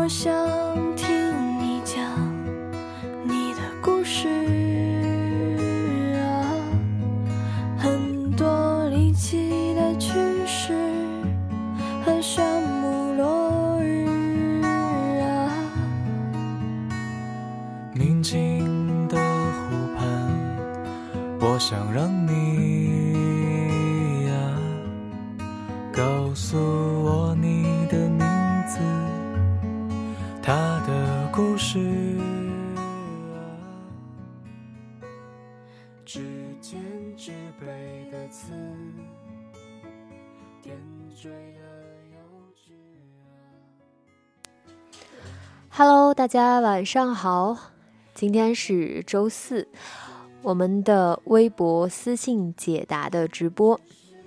想听你讲你的故事啊，很多离奇的趣事和炫目落日啊。 宁静的湖畔，我想让你呀，告诉我你的名字，他的故事指尖之辈的刺，点缀了幼稚 Hello， 大家晚上好，今天是周四，我们的微博私信解答的直播，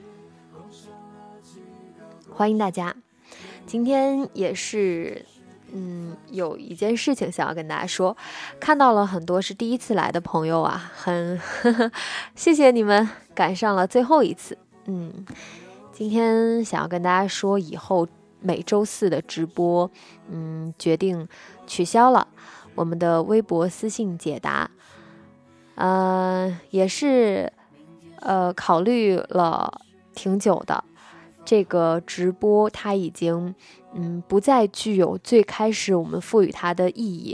欢迎大家。今天也是有一件事情想要跟大家说，看到了很多是第一次来的朋友啊，谢谢你们赶上了最后一次。今天想要跟大家说，以后每周四的直播决定取消了我们的微博私信解答，也是考虑了挺久的，这个直播它已经不再具有最开始我们赋予它的意义。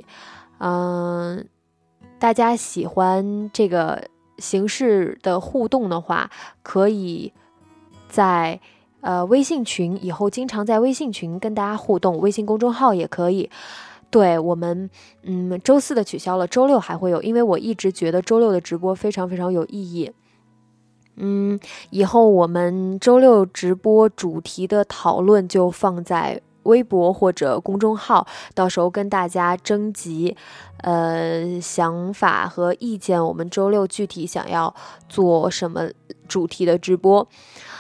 大家喜欢这个形式的互动的话，可以在微信群，以后经常在微信群跟大家互动，微信公众号也可以。对，我们周四的取消了，周六还会有，因为我一直觉得周六的直播非常非常有意义。以后我们周六直播主题的讨论就放在微博或者公众号，到时候跟大家征集想法和意见，我们周六具体想要做什么主题的直播。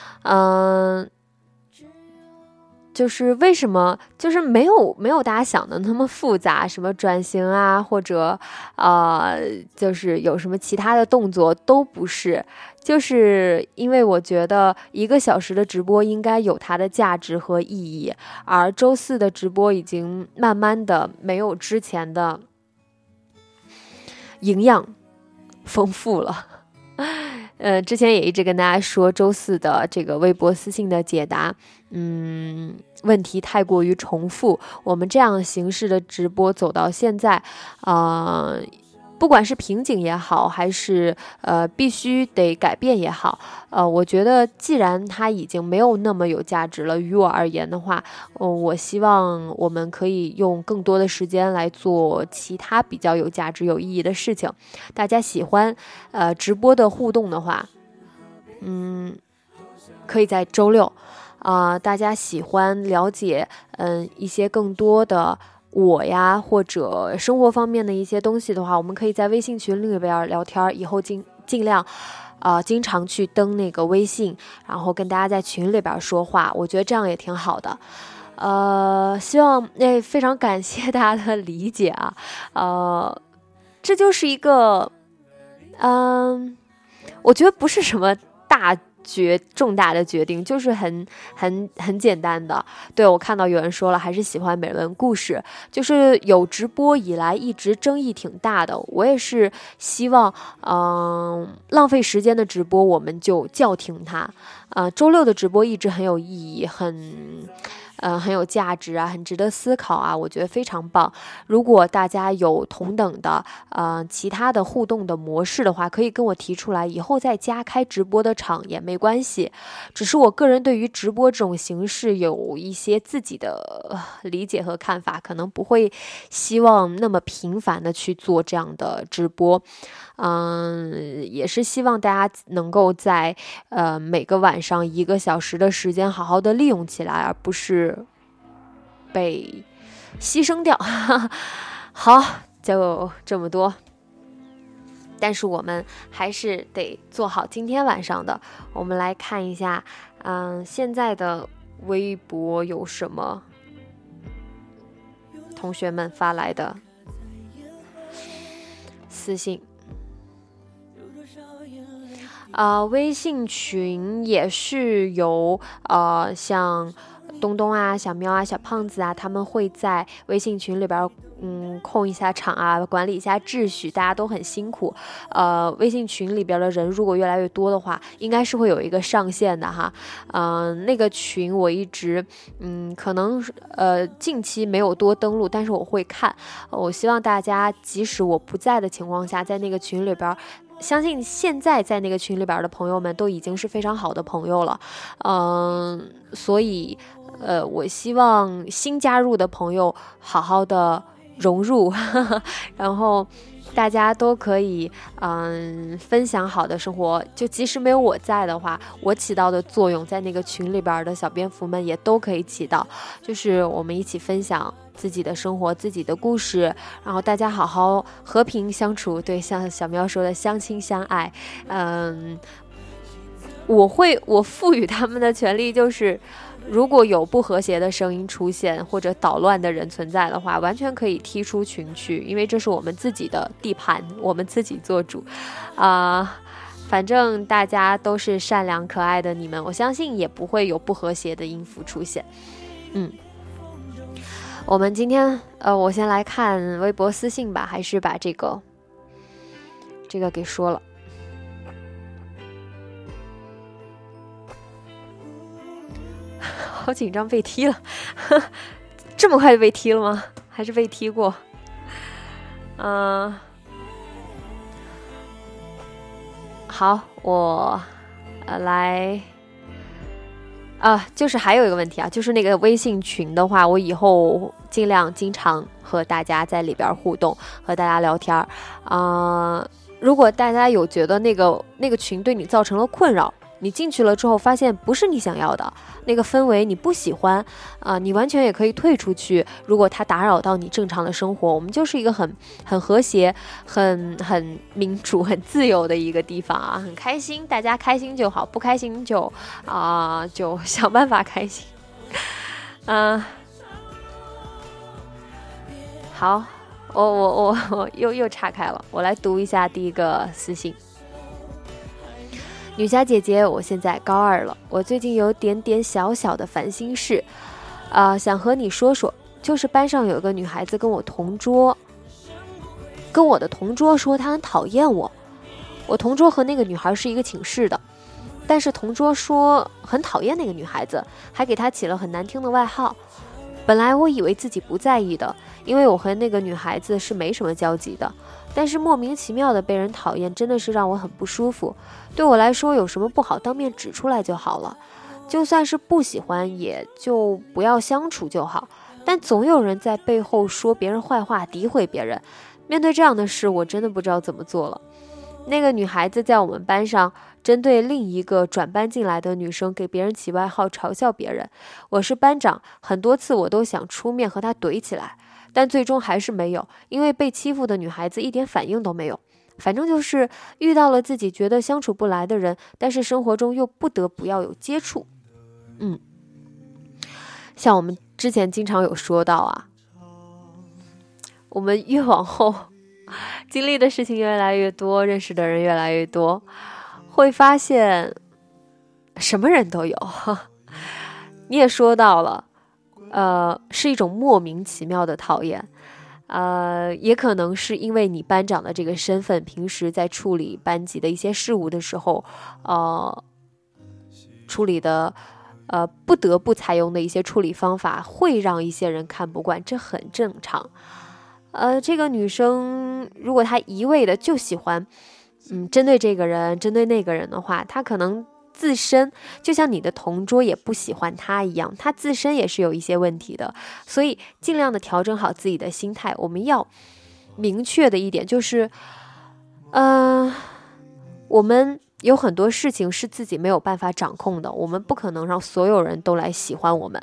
就是为什么就是没有大家想的那么复杂，什么转型啊，或者就是有什么其他的动作都不是，就是因为我觉得1个小时的直播应该有它的价值和意义，而周四的直播已经慢慢的没有之前的营养丰富了。之前也一直跟大家说，周四的这个微博私信的解答，问题太过于重复。我们这样形式的直播走到现在，不管是瓶颈也好，还是必须得改变也好，我觉得既然它已经没有那么有价值了，于我而言的话，我希望我们可以用更多的时间来做其他比较有价值有意义的事情。大家喜欢直播的互动的话，可以在周六大家喜欢了解一些更多的我呀，或者生活方面的一些东西的话，我们可以在微信群里边聊天，以后尽量经常去登那个微信，然后跟大家在群里边说话，我觉得这样也挺好的。希望非常感谢大家的理解啊。这就是一个我觉得不是什么重大的决定，就是很简单的。对，我看到有人说了，还是喜欢美文故事，就是有直播以来一直争议挺大的。我也是希望浪费时间的直播我们就叫停它。周六的直播一直很有意义，很有价值啊，很值得思考啊，我觉得非常棒。如果大家有同等的其他的互动的模式的话，可以跟我提出来，以后再加开直播的场也没关系。只是我个人对于直播这种形式有一些自己的理解和看法，可能不会希望那么频繁的去做这样的直播。也是希望大家能够在每个晚上1个小时的时间好好的利用起来，而不是被牺牲掉。好，就这么多。但是我们还是得做好今天晚上的。我们来看一下，现在的微博有什么同学们发来的私信。微信群也是由像东东啊、小喵啊、小胖子啊，他们会在微信群里边控一下场啊，管理一下秩序，大家都很辛苦。微信群里边的人如果越来越多的话，应该是会有一个上限的哈。那个群我一直可能近期没有多登录，但是我会看。我希望大家即使我不在的情况下，在那个群里边。相信现在在那个群里边的朋友们都已经是非常好的朋友了，所以我希望新加入的朋友好好的融入，然后大家都可以分享好的生活，就即使没有我在的话，我起到的作用在那个群里边的小蝙蝠们也都可以起到，就是我们一起分享自己的生活、自己的故事，然后大家好好和平相处。对，像小喵说的，相亲相爱。我赋予他们的权利就是，如果有不和谐的声音出现或者捣乱的人存在的话，完全可以踢出群去，因为这是我们自己的地盘，我们自己做主。反正大家都是善良可爱的你们，我相信也不会有不和谐的音符出现。我们今天我先来看微博私信吧，还是把这个给说了。好紧张，被踢了，这么快就被踢了吗？还是被踢过？好，我来。就是还有一个问题啊，就是那个微信群的话，我以后尽量经常和大家在里边互动，和大家聊天。如果大家有觉得那个群对你造成了困扰，你进去了之后发现不是你想要的那个氛围，你不喜欢你完全也可以退出去。如果它打扰到你正常的生活，我们就是一个很和谐、很民主、很自由的一个地方啊，很开心，大家开心就好，不开心就想办法开心。好，我又岔开了，我来读一下第一个私信。女侠姐姐，我现在高2了，我最近有点小的烦心事，想和你说说，就是班上有个女孩子跟我的同桌说她很讨厌我。我同桌和那个女孩是一个寝室的，但是同桌说很讨厌那个女孩子，还给她起了很难听的外号。本来我以为自己不在意的，因为我和那个女孩子是没什么交集的，但是莫名其妙的被人讨厌，真的是让我很不舒服。对我来说，有什么不好当面指出来就好了，就算是不喜欢也就不要相处就好，但总有人在背后说别人坏话，诋毁别人。面对这样的事，我真的不知道怎么做了。那个女孩子在我们班上针对另一个转班进来的女生给别人起外号，嘲笑别人。我是班长，很多次我都想出面和她怼起来，但最终还是没有，因为被欺负的女孩子一点反应都没有。反正就是遇到了自己觉得相处不来的人，但是生活中又不得不要有接触。像我们之前经常有说到啊，我们越往后经历的事情越来越多，认识的人越来越多，会发现什么人都有。你也说到了，是一种莫名其妙的讨厌。也可能是因为你班长的这个身份，平时在处理班级的一些事务的时候，处理的不得不采用的一些处理方法，会让一些人看不惯，这很正常。这个女生如果她一味的就喜欢针对这个人针对那个人的话，她可能自身就像你的同桌也不喜欢她一样，她自身也是有一些问题的。所以尽量的调整好自己的心态。我们要明确的一点就是，我们有很多事情是自己没有办法掌控的，我们不可能让所有人都来喜欢我们。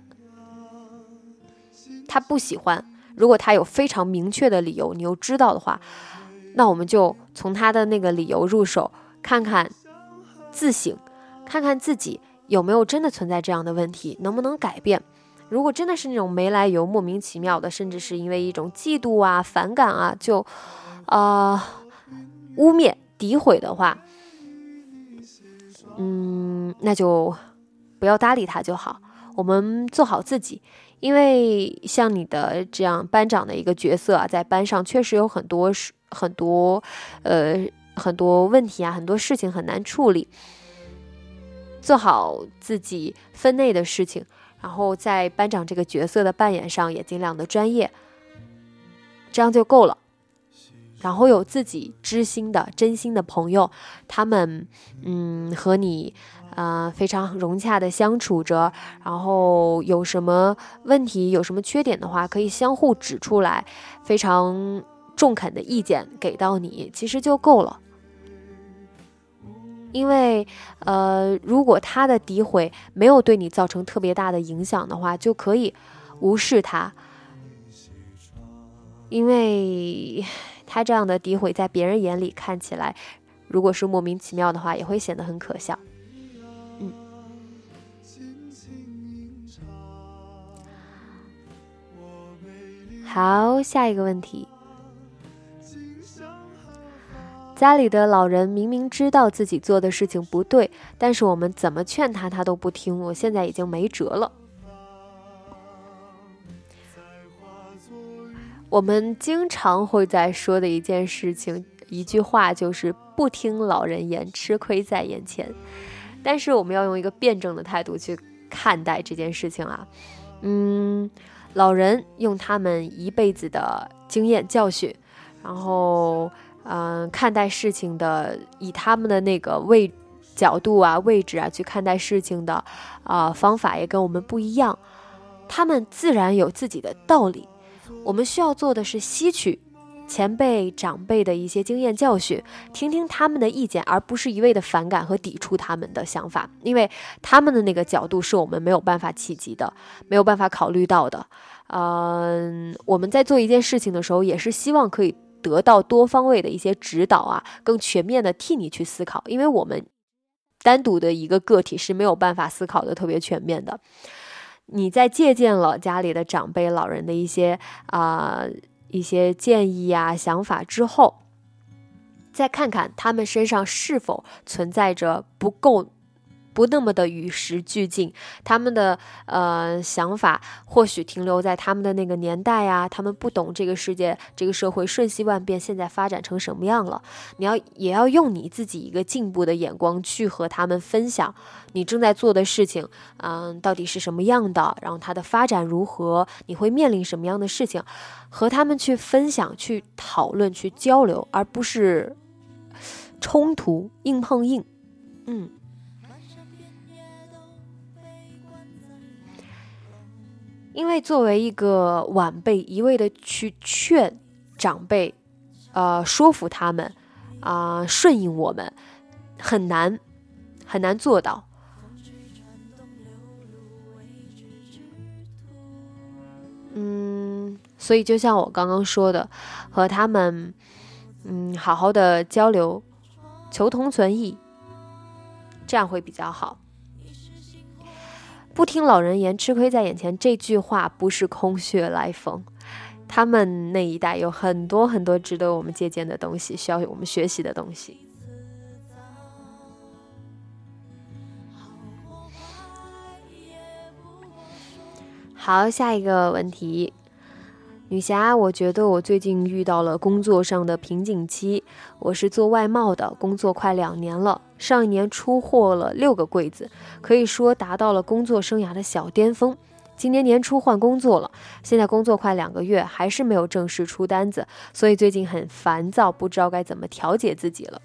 他不喜欢，如果他有非常明确的理由，你又知道的话，那我们就从他的那个理由入手，看看自省，看看自己有没有真的存在这样的问题，能不能改变。如果真的是那种没来由、莫名其妙的，甚至是因为一种嫉妒啊、反感啊，就污蔑、诋毁的话，那就不要搭理他就好。 我们做好自己。因为像你的这样班长的一个角色啊，在班上确实有很多问题啊，很多事情很难处理。做好自己分内的事情，然后在班长这个角色的扮演上也尽量的专业，这样就够了。然后有自己知心的真心的朋友，他们和你非常融洽的相处着，然后有什么问题有什么缺点的话，可以相互指出来，非常中肯的意见给到你，其实就够了。因为如果他的诋毁没有对你造成特别大的影响的话，就可以无视他，因为他这样的诋毁在别人眼里看起来，如果是莫名其妙的话，也会显得很可笑。好，下一个问题。家里的老人明明知道自己做的事情不对，但是我们怎么劝他，他都不听，我现在已经没辙了。我们经常会在说的一件事情，一句话就是不听老人言，吃亏在眼前。但是我们要用一个辩证的态度去看待这件事情啊。老人用他们一辈子的经验教训，然后看待事情的，以他们的那个角度啊、位置啊去看待事情的方法也跟我们不一样，他们自然有自己的道理。我们需要做的是吸取前辈长辈的一些经验教训，听听他们的意见，而不是一味的反感和抵触他们的想法，因为他们的那个角度是我们没有办法企及的，没有办法考虑到的。我们在做一件事情的时候，也是希望可以得到多方位的一些指导啊，更全面的替你去思考，因为我们单独的一个个体是没有办法思考的特别全面的。你在借鉴了家里的长辈老人的一些建议啊、想法之后，再看看他们身上是否存在着不那么的与时俱进，他们的想法或许停留在他们的那个年代啊，他们不懂这个世界这个社会瞬息万变，现在发展成什么样了，也要用你自己一个进步的眼光去和他们分享你正在做的事情到底是什么样的，然后它的发展如何，你会面临什么样的事情，和他们去分享、去讨论、去交流，而不是冲突硬碰硬。因为作为一个晚辈，一味的去劝长辈，说服他们，顺应我们，很难做到。所以就像我刚刚说的，和他们，好好的交流，求同存异，这样会比较好。不听老人言，吃亏在眼前，这句话不是空穴来风，他们那一代有很多很多值得我们借鉴的东西，需要我们学习的东西。好，下一个问题。女侠，我觉得我最近遇到了工作上的瓶颈期。我是做外贸的，工作快2年了，上一年出货了6个柜子，可以说达到了工作生涯的小巅峰。今年年初换工作了，现在工作快2个月，还是没有正式出单子，所以最近很烦躁，不知道该怎么调节自己了。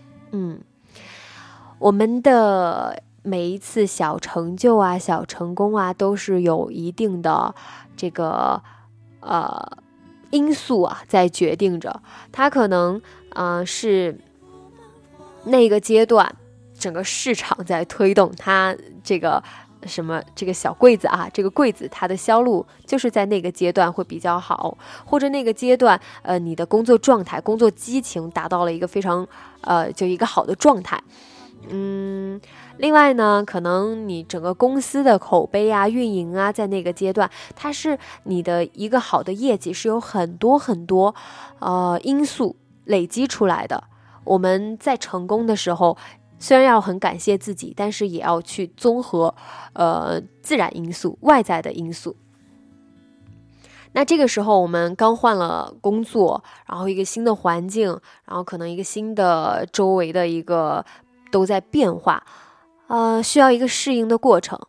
我们的每一次小成就啊、小成功啊，都是有一定的这个因素啊在决定着，它可能是那个阶段整个市场在推动它这个小柜子啊，这个柜子它的销路就是在那个阶段会比较好，或者那个阶段你的工作状态、工作激情达到了一个非常就一个好的状态。另外呢，可能你整个公司的口碑啊、运营啊，在那个阶段，它是你的一个好的业绩，是有很多很多因素累积出来的。我们在成功的时候， 虽然要很感谢自己，但是也要去综合自然因素、外在的因素。那这个时候我们刚换了工作，然后一个新的环境，然后可能一个新的周围的一个都在变化，需要一个适应的过程。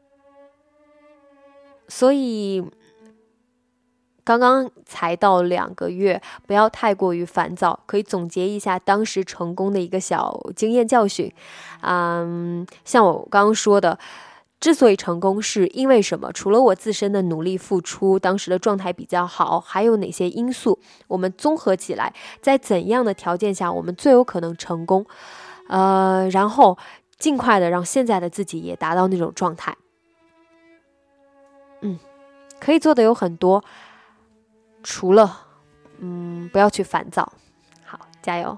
所以刚刚才到2个月，不要太过于烦躁，可以总结一下当时成功的一个小经验教训。像我刚刚说的，之所以成功是因为什么？除了我自身的努力付出，当时的状态比较好，还有哪些因素？我们综合起来，在怎样的条件下我们最有可能成功？然后尽快的让现在的自己也达到那种状态。可以做的有很多，除了不要去烦躁。好，加油。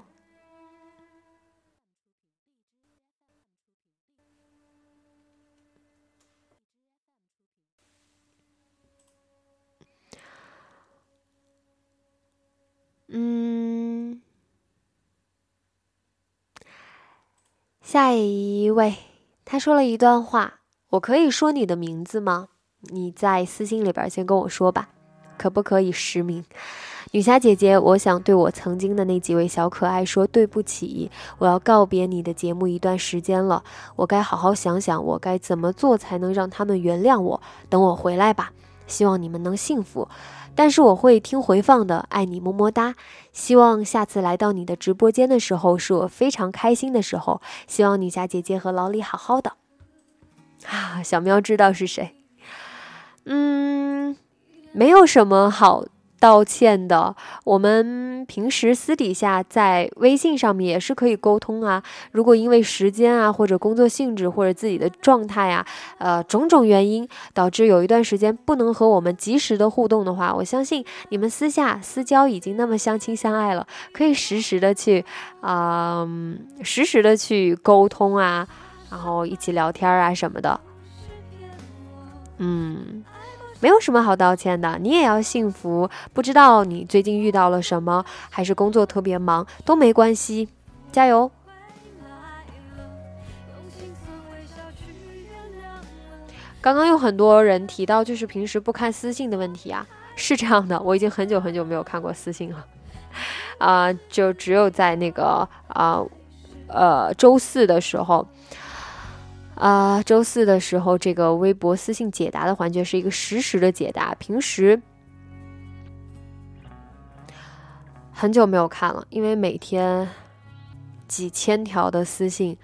下一位，他说了一段话，我可以说你的名字吗？你在私信里边先跟我说吧，可不可以实名？女侠姐姐，我想对我曾经的那几位小可爱说对不起，我要告别你的节目一段时间了，我该好好想想我该怎么做才能让他们原谅我，等我回来吧，希望你们能幸福，但是我会听回放的，爱你么么哒，希望下次来到你的直播间的时候是我非常开心的时候，希望女侠姐姐和老李好好的。小喵知道是谁。没有什么好道歉的，我们平时私底下在微信上面也是可以沟通啊。如果因为时间啊，或者工作性质，或者自己的状态啊，种种原因导致有一段时间不能和我们及时的互动的话，我相信你们私下私交已经那么相亲相爱了，可以实时的去沟通啊，然后一起聊天啊什么的。没有什么好道歉的，你也要幸福。不知道你最近遇到了什么，还是工作特别忙，都没关系，加油。刚刚有很多人提到就是平时不看私信的问题啊，是这样的，我已经很久很久没有看过私信了，就只有在那个周四的时候。周四的时候，这个微博私信解答的环节是一个实时的解答，平时很久没有看了，因为每天几千条的私信，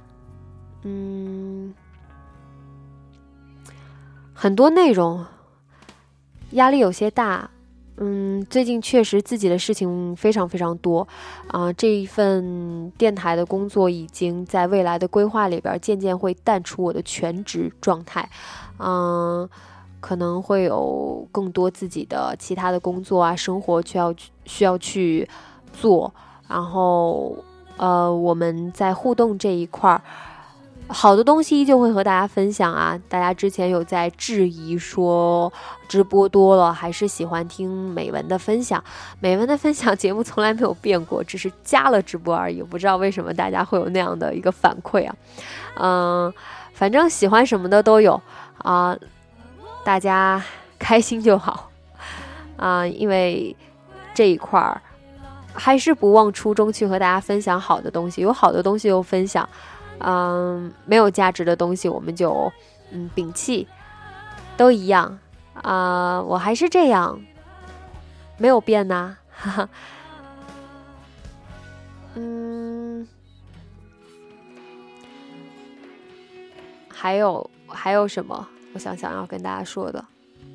很多内容，压力有些大。最近确实自己的事情非常非常多这一份电台的工作已经在未来的规划里边渐渐会淡出我的全职状态，可能会有更多自己的其他的工作啊，生活需要去做，然后我们在互动这一块儿。好的东西依旧会和大家分享啊！大家之前有在质疑说直播多了，还是喜欢听美文的分享。美文的分享节目从来没有变过，只是加了直播而已。不知道为什么大家会有那样的一个反馈啊？反正喜欢什么的都有大家开心就好因为这一块儿还是不忘初衷去和大家分享好的东西，有好的东西就分享。没有价值的东西我们就摒弃，都一样我还是这样，没有变呐，还有什么？我想要跟大家说的。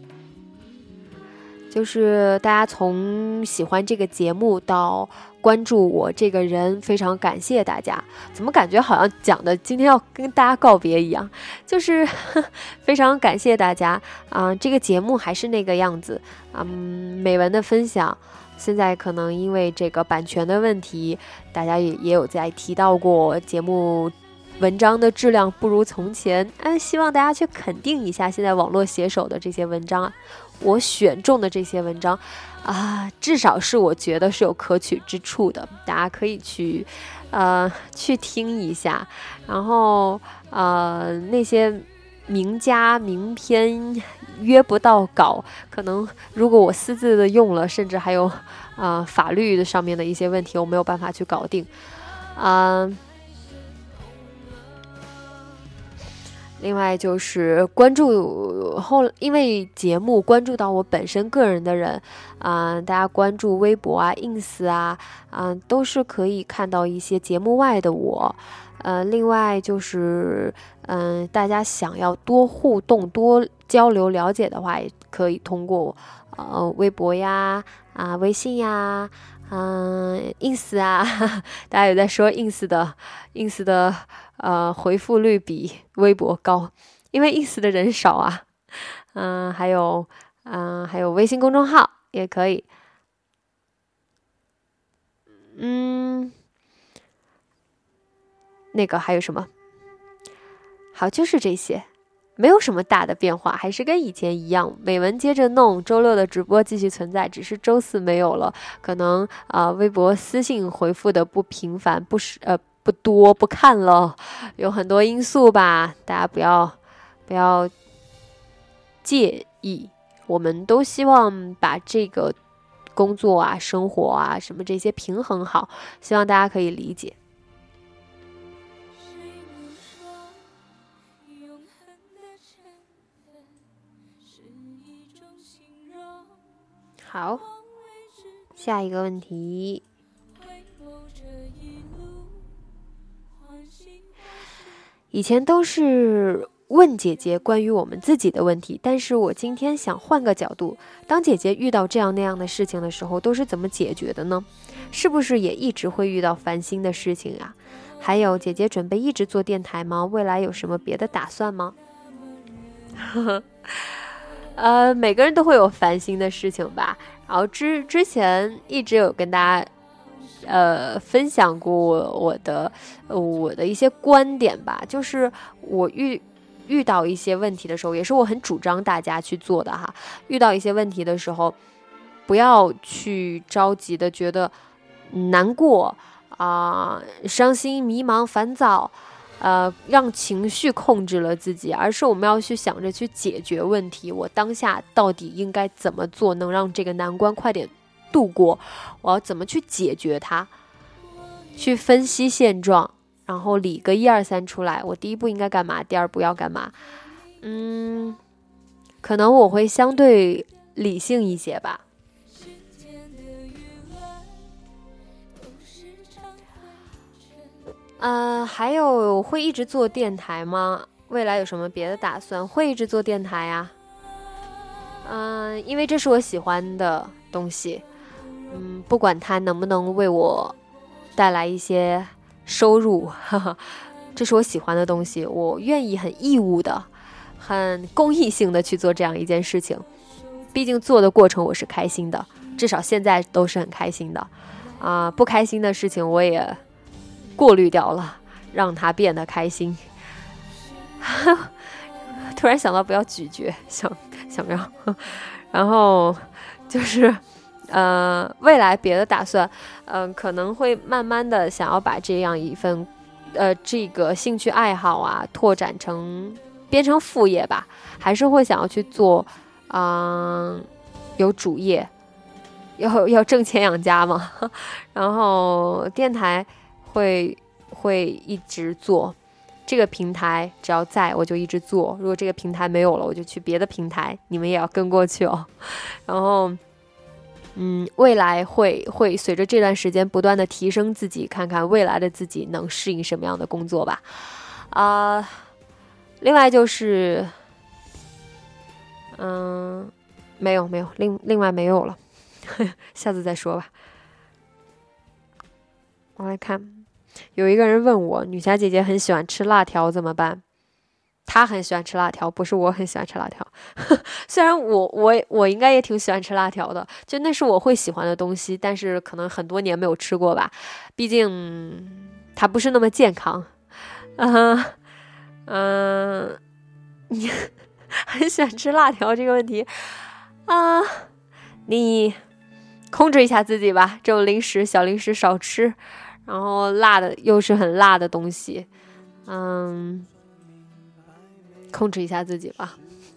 就是大家从喜欢这个节目到关注我这个人，非常感谢大家。怎么感觉好像讲的今天要跟大家告别一样？就是非常感谢大家这个节目还是那个样子美文的分享。现在可能因为这个版权的问题，大家也有在提到过节目文章的质量不如从前，希望大家去肯定一下现在网络写手的这些文章啊。我选中的这些文章至少是我觉得是有可取之处的，大家可以去听一下。然后那些名家名篇约不到稿，可能如果我私自的用了，甚至还有法律的上面的一些问题，我没有办法去搞定。另外就是关注因为节目关注到我本身个人的人大家关注微博啊 ins 都是可以看到一些节目外的我。另外就是大家想要多互动多交流了解的话，也可以通过微博呀微信呀ins 大家有在说 ins 的回复率比微博高，因为 ins 的人少还有微信公众号也可以。那个还有什么？好，就是这些，没有什么大的变化，还是跟以前一样，美文接着弄，周六的直播继续存在，只是周四没有了，可能微博私信回复的不频繁，不多，不看了，有很多因素吧，大家不要介意，我们都希望把这个工作生活什么这些平衡好，希望大家可以理解。好，下一个问题。以前都是问姐姐关于我们自己的问题，但是我今天想换个角度，当姐姐遇到这样那样的事情的时候，都是怎么解决的呢？是不是也一直会遇到烦心的事情啊？还有，姐姐准备一直做电台吗？未来有什么别的打算吗？每个人都会有烦心的事情吧。然后之前一直有跟大家分享过我的一些观点吧，就是我遇到一些问题的时候，也是我很主张大家去做的哈。遇到一些问题的时候，不要去着急的觉得难过伤心、迷茫、烦躁。让情绪控制了自己，而是我们要去想着去解决问题。我当下到底应该怎么做，能让这个难关快点度过？我要怎么去解决它？去分析现状，然后理个1、2、3出来。我第一步应该干嘛？第二步要干嘛？可能我会相对理性一些吧。还有会一直做电台吗？未来有什么别的打算？会一直做电台呀。因为这是我喜欢的东西。不管它能不能为我带来一些收入，这是我喜欢的东西，我愿意很义务的、很公益性的去做这样一件事情。毕竟做的过程我是开心的，至少现在都是很开心的。不开心的事情我也过滤掉了，让它变得开心。突然想到不要咀嚼，想不要。然后就是未来别的打算，可能会慢慢的想要把这样一份这个兴趣爱好拓展成变成副业吧，还是会想要去做有主业，要挣钱养家嘛。然后电台会一直做，这个平台只要在我就一直做，如果这个平台没有了，我就去别的平台，你们也要跟过去哦。然后未来会随着这段时间不断的提升自己，看看未来的自己能适应什么样的工作吧。另外就是没有另外没有了。下次再说吧。我来看，有一个人问我，女侠姐姐很喜欢吃辣条怎么办？她很喜欢吃辣条，不是我很喜欢吃辣条。虽然我应该也挺喜欢吃辣条的，就那是我会喜欢的东西，但是可能很多年没有吃过吧，毕竟它不是那么健康。 你很喜欢吃辣条这个问题啊，你控制一下自己吧，这种零食小零食少吃，然后辣的又是很辣的东西，控制一下自己吧。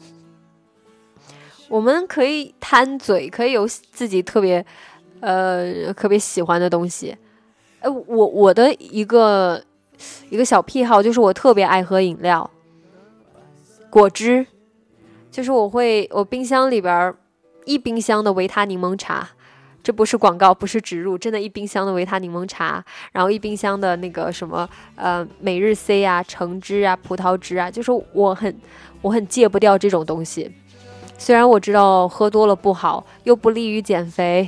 我们可以贪嘴，可以有自己特别喜欢的东西。我的一个小癖好就是我特别爱喝饮料，果汁，就是我冰箱里边一冰箱的维他柠檬茶，这不是广告，不是植入，真的一冰箱的维他柠檬茶，然后一冰箱的那个什么每日 C 啊、橙汁啊、葡萄汁啊，就是我很戒不掉这种东西。虽然我知道喝多了不好，又不利于减肥，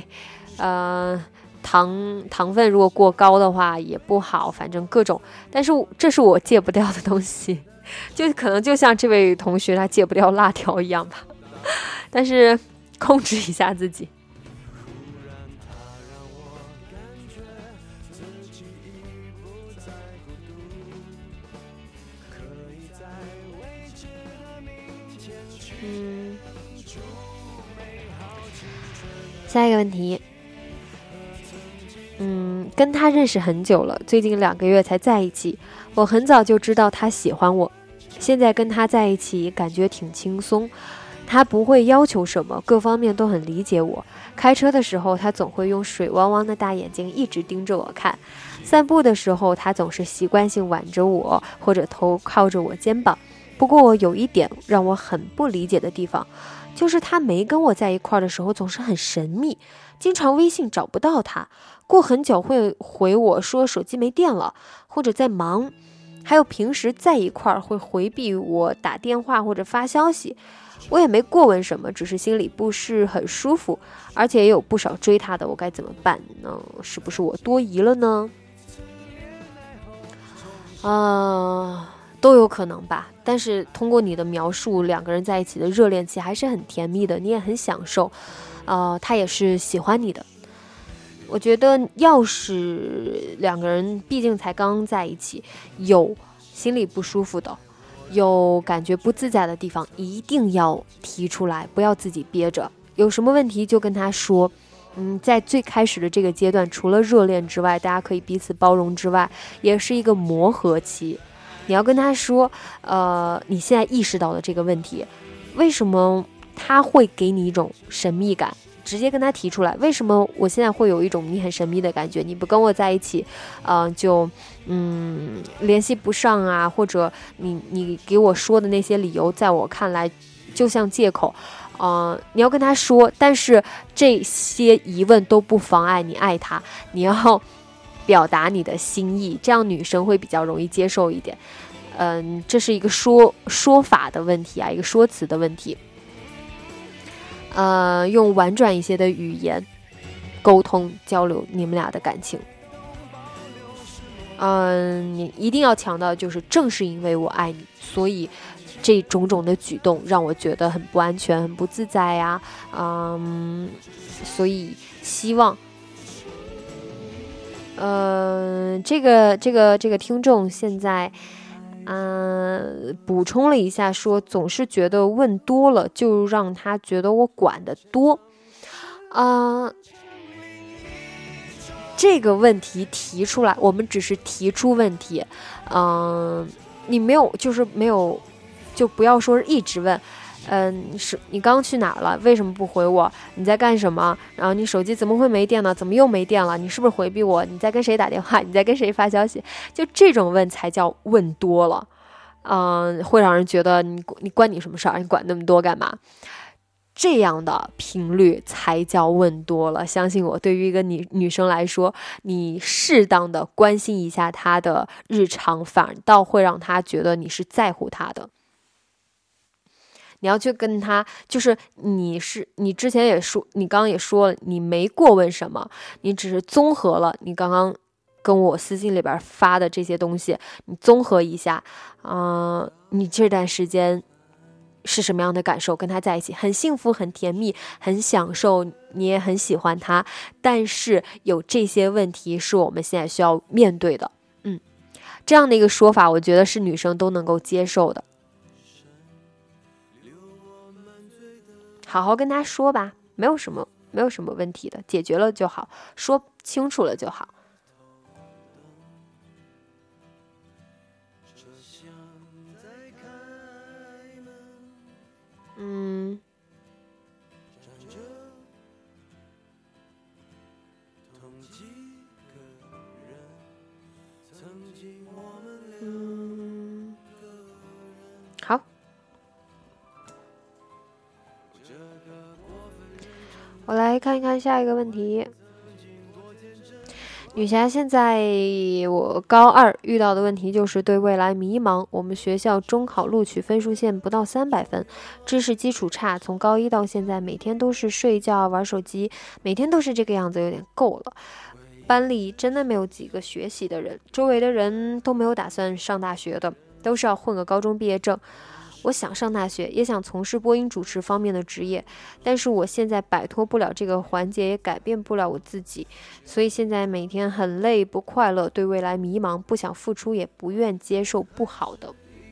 糖分如果过高的话也不好，反正各种，但是这是我戒不掉的东西，就可能就像这位同学他戒不掉辣条一样吧，但是控制一下自己。下一个问题，跟他认识很久了，最近2个月才在一起。我很早就知道他喜欢我，现在跟他在一起感觉挺轻松。他不会要求什么，各方面都很理解我。开车的时候，他总会用水汪汪的大眼睛一直盯着我看。散步的时候，他总是习惯性挽着我，或者头靠着我肩膀。不过有一点让我很不理解的地方，就是他没跟我在一块的时候总是很神秘，经常微信找不到他，过很久会回我说手机没电了，或者在忙，还有平时在一块会回避我打电话或者发消息。我也没过问什么，只是心里不是很舒服，而且也有不少追他的，我该怎么办呢？是不是我多疑了呢？都有可能吧，但是通过你的描述，2个人在一起的热恋期还是很甜蜜的，你也很享受，他也是喜欢你的。我觉得要是2个人毕竟才刚在一起，有心里不舒服的，有感觉不自在的地方，一定要提出来，不要自己憋着，有什么问题就跟他说。在最开始的这个阶段，除了热恋之外，大家可以彼此包容之外，也是一个磨合期。你要跟他说，你现在意识到的这个问题，为什么他会给你一种神秘感？直接跟他提出来，为什么我现在会有一种你很神秘的感觉？你不跟我在一起，就联系不上啊，或者你给我说的那些理由，在我看来就像借口。你要跟他说，但是这些疑问都不妨碍你爱他，你要表达你的心意，这样女生会比较容易接受一点。这是一个说法的问题啊，一个说辞的问题。用婉转一些的语言沟通交流你们俩的感情。你一定要强调，就是正是因为我爱你，所以这种种的举动让我觉得很不安全，很不自在呀。所以希望这个听众现在补充了一下，说总是觉得问多了就让他觉得我管得多。这个问题提出来，我们只是提出问题，你没有就不要说是一直问，是你刚去哪儿了？为什么不回我？你在干什么？然后你手机怎么会没电呢？怎么又没电了？你是不是回避我？你在跟谁打电话？你在跟谁发消息？就这种问才叫问多了，会让人觉得你关你什么事儿？你管那么多干嘛？这样的频率才叫问多了。相信我，对于一个女生来说，你适当的关心一下她的日常，反倒会让她觉得你是在乎她的。你要去跟他，就是你之前也说，你刚刚也说了，你没过问什么，你只是综合了你刚刚跟我私信里边发的这些东西，你综合一下，你这段时间是什么样的感受？跟他在一起很幸福、很甜蜜、很享受，你也很喜欢他，但是有这些问题是我们现在需要面对的。 这样的一个说法，我觉得是女生都能够接受的。好好跟他说吧，没有什么问题的，解决了就好，说清楚了就好。好。我来看一看下一个问题。女侠，现在我高2遇到的问题就是对未来迷茫。我们学校中考录取分数线不到300分，知识基础差，从高1到现在每天都是睡觉玩手机，每天都是这个样子，有点够了。班里真的没有几个学习的人，周围的人都没有打算上大学的，都是要混个高中毕业证。我想上大学，也想从事播音主持方面的职业，但是我现在摆脱不了这个环节，也改变不了我自己，所以现在每天很累，不快乐，对未来迷茫，不想付出，也不愿接受不好的。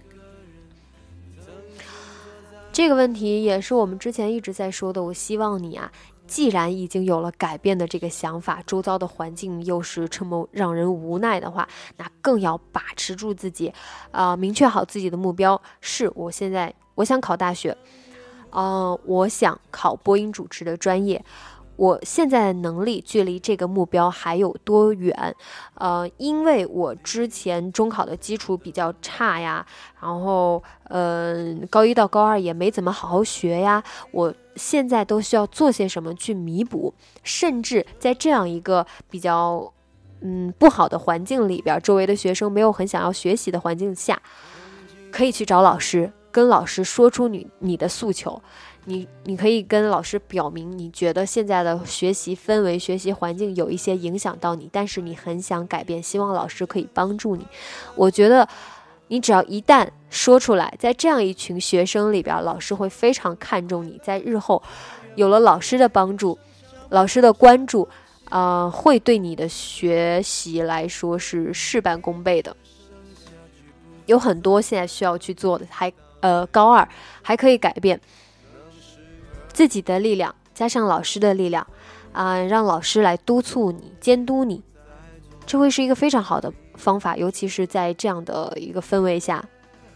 这个问题也是我们之前一直在说的，我希望你啊，既然已经有了改变的这个想法，周遭的环境又是这么让人无奈的话，那更要把持住自己，明确好自己的目标。是我想考大学，我想考播音主持的专业。我现在的能力距离这个目标还有多远？因为我之前中考的基础比较差呀，然后高1到高2也没怎么好好学呀，我现在都需要做些什么去弥补？甚至在这样一个比较不好的环境里边，周围的学生没有很想要学习的环境下，可以去找老师，跟老师说出你的诉求。你可以跟老师表明，你觉得现在的学习氛围、学习环境有一些影响到你，但是你很想改变，希望老师可以帮助你。我觉得你只要一旦说出来，在这样一群学生里边，老师会非常看重你，在日后有了老师的帮助、老师的关注，会对你的学习来说是事半功倍的。有很多现在需要去做的，高2还可以改变。自己的力量加上老师的力量，让老师来督促你、监督你，这会是一个非常好的方法，尤其是在这样的一个氛围下。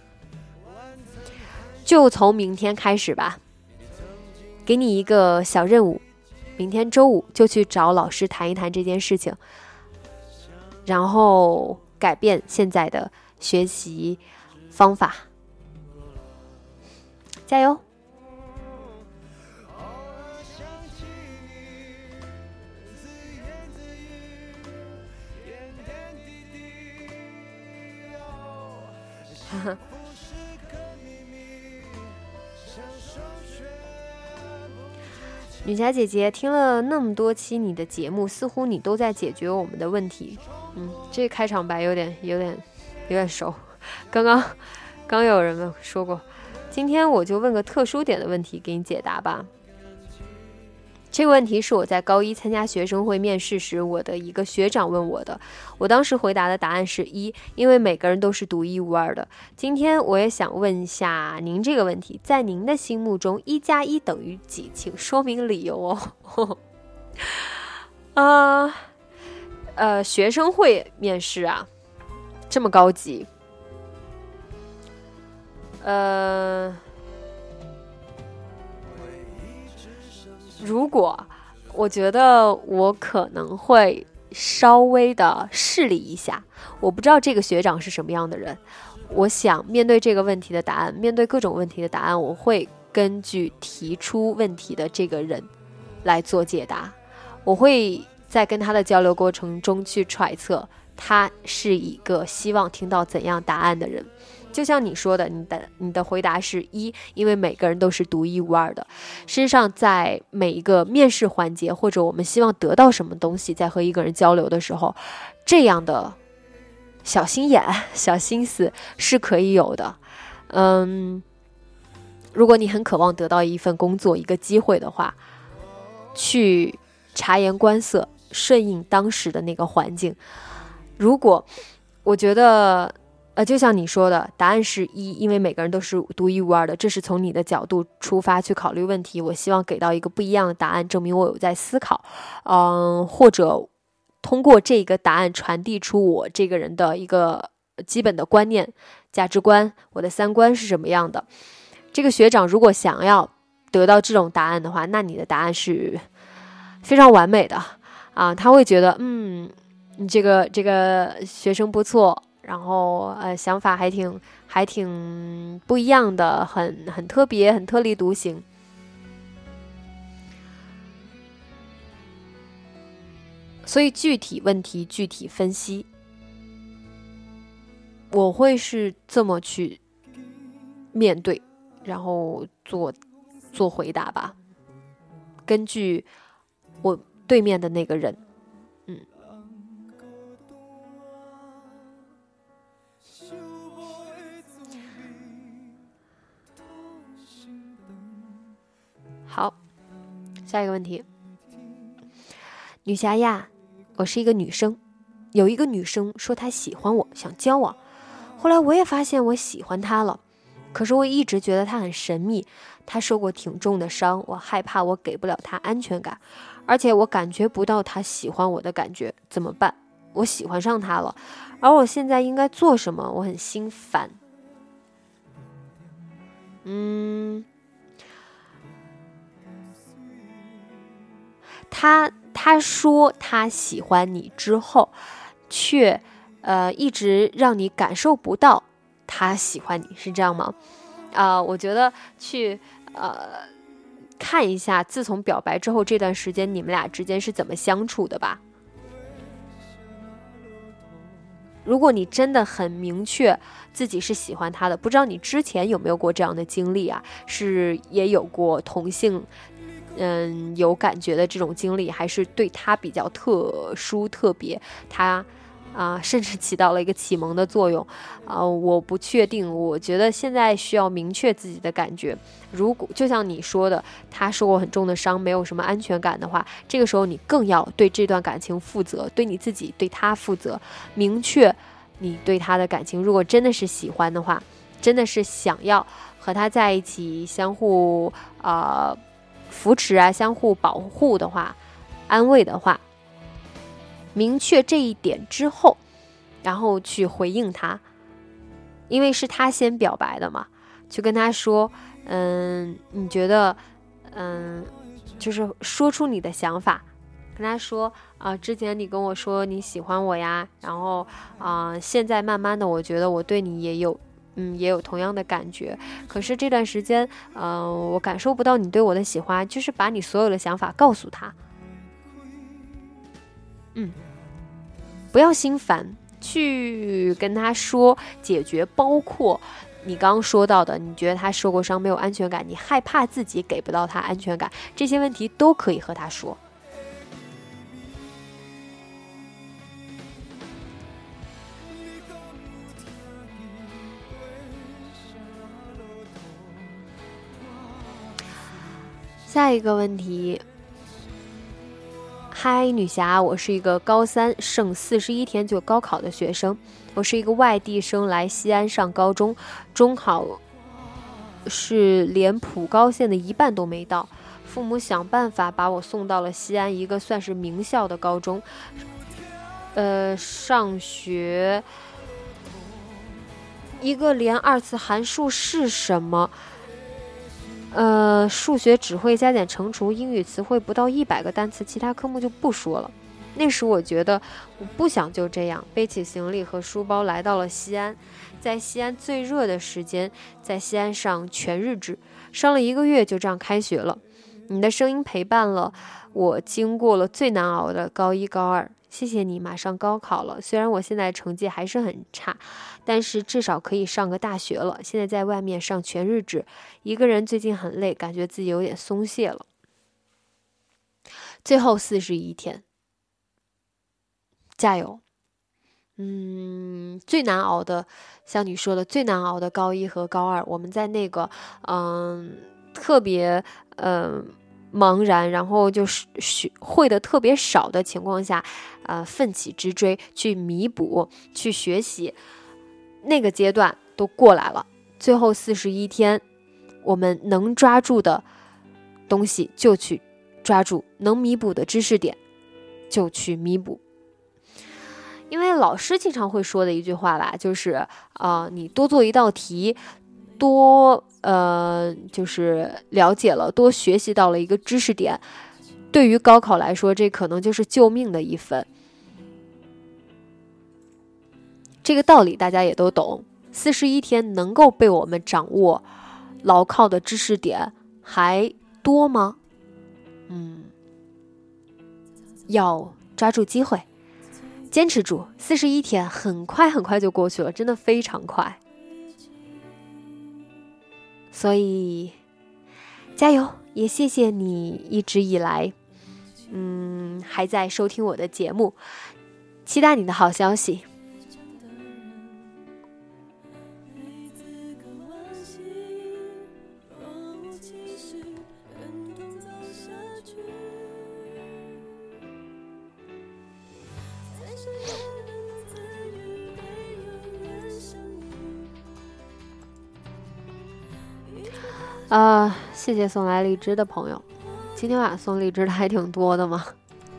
就从明天开始吧，给你一个小任务，明天周5就去找老师谈一谈这件事情，然后改变现在的学习方法。加油！女侠姐姐，听了那么多期你的节目，似乎你都在解决我们的问题。这开场白有点熟，刚有人说过，今天我就问个特殊点的问题给你解答吧。这个问题是我在高1参加学生会面试时，我的一个学长问我的。我当时回答的答案是1，因为每个人都是独一无二的。今天我也想问一下您这个问题，在您的心目中1+1等于几？请说明理由哦。学生会面试啊，这么高级。如果我觉得我可能会稍微的试理一下，我不知道这个学长是什么样的人，我想面对这个问题的答案，面对各种问题的答案，我会根据提出问题的这个人来做解答，我会在跟他的交流过程中去揣测他是一个希望听到怎样答案的人。就像你说的，你的回答是1，因为每个人都是独一无二的。事实上，在每一个面试环节，或者我们希望得到什么东西，在和一个人交流的时候，这样的小心眼、小心思是可以有的。如果你很渴望得到一份工作、一个机会的话，去察言观色，顺应当时的那个环境。如果我觉得就像你说的，答案是一，因为每个人都是独一无二的，这是从你的角度出发去考虑问题，我希望给到一个不一样的答案，证明我有在思考，或者通过这个答案传递出我这个人的一个基本的观念、价值观，我的三观是什么样的。这个学长如果想要得到这种答案的话，那你的答案是非常完美的啊，他会觉得你这个学生不错，然后想法还挺不一样的，很特别，很特立独行。所以具体问题具体分析，我会是这么去面对，然后做回答吧，根据我对面的那个人。好，下一个问题。女侠呀，我是一个女生，有一个女生说她喜欢我，想交往，后来我也发现我喜欢她了，可是我一直觉得她很神秘，她受过挺重的伤，我害怕我给不了她安全感，而且我感觉不到她喜欢我的感觉，怎么办？我喜欢上她了，而我现在应该做什么？我很心烦。他说他喜欢你之后，却一直让你感受不到他喜欢你，是这样吗？我觉得去看一下自从表白之后这段时间你们俩之间是怎么相处的吧。如果你真的很明确自己是喜欢他的，不知道你之前有没有过这样的经历啊？是也有过同性有感觉的这种经历，还是对他比较特殊特别，他甚至起到了一个启蒙的作用我不确定。我觉得现在需要明确自己的感觉。如果就像你说的，他受过很重的伤，没有什么安全感的话，这个时候你更要对这段感情负责，对你自己对他负责，明确你对他的感情。如果真的是喜欢的话，真的是想要和他在一起，相互扶持相互保护的话，安慰的话，明确这一点之后，然后去回应他，因为是他先表白的嘛，去跟他说你觉得就是说出你的想法，跟他说之前你跟我说你喜欢我呀，然后现在慢慢的我觉得我对你也有同样的感觉，可是这段时间我感受不到你对我的喜欢，就是把你所有的想法告诉他。不要心烦，去跟他说解决，包括你刚刚说到的，你觉得他受过伤没有安全感，你害怕自己给不到他安全感，这些问题都可以和他说。下一个问题。嗨，女侠，我是一个高3剩41天就高考的学生，我是一个外地生来西安上高中，中考是连普高线的一半都没到，父母想办法把我送到了西安一个算是名校的高中，上学一个连2次函数是什么数学只会加减乘除，英语词汇不到100个单词，其他科目就不说了。那时我觉得我不想就这样背起行李和书包来到了西安，在西安最热的时间，在西安上全日制，上了1个月就这样开学了。你的声音陪伴了我经过了最难熬的高1高2，谢谢你，马上高考了，虽然我现在成绩还是很差，但是至少可以上个大学了，现在在外面上全日制，一个人最近很累，感觉自己有点松懈了。最后41天，加油。最难熬的，像你说的最难熬的高1和高2，我们在那个特别茫然，然后就是会的特别少的情况下，奋起直追，去弥补，去学习，那个阶段都过来了。最后41天，我们能抓住的东西就去抓住，能弥补的知识点就去弥补。因为老师经常会说的一句话吧，就是你多做一道题，多就是了解了，多学习到了一个知识点，对于高考来说，这可能就是救命的一分。这个道理大家也都懂。41天能够被我们掌握牢靠的知识点还多吗？要抓住机会，坚持住。41天很快很快就过去了，真的非常快。所以加油，也谢谢你一直以来还在收听我的节目，期待你的好消息。谢谢送来荔枝的朋友，今天晚上送荔枝的还挺多的嘛。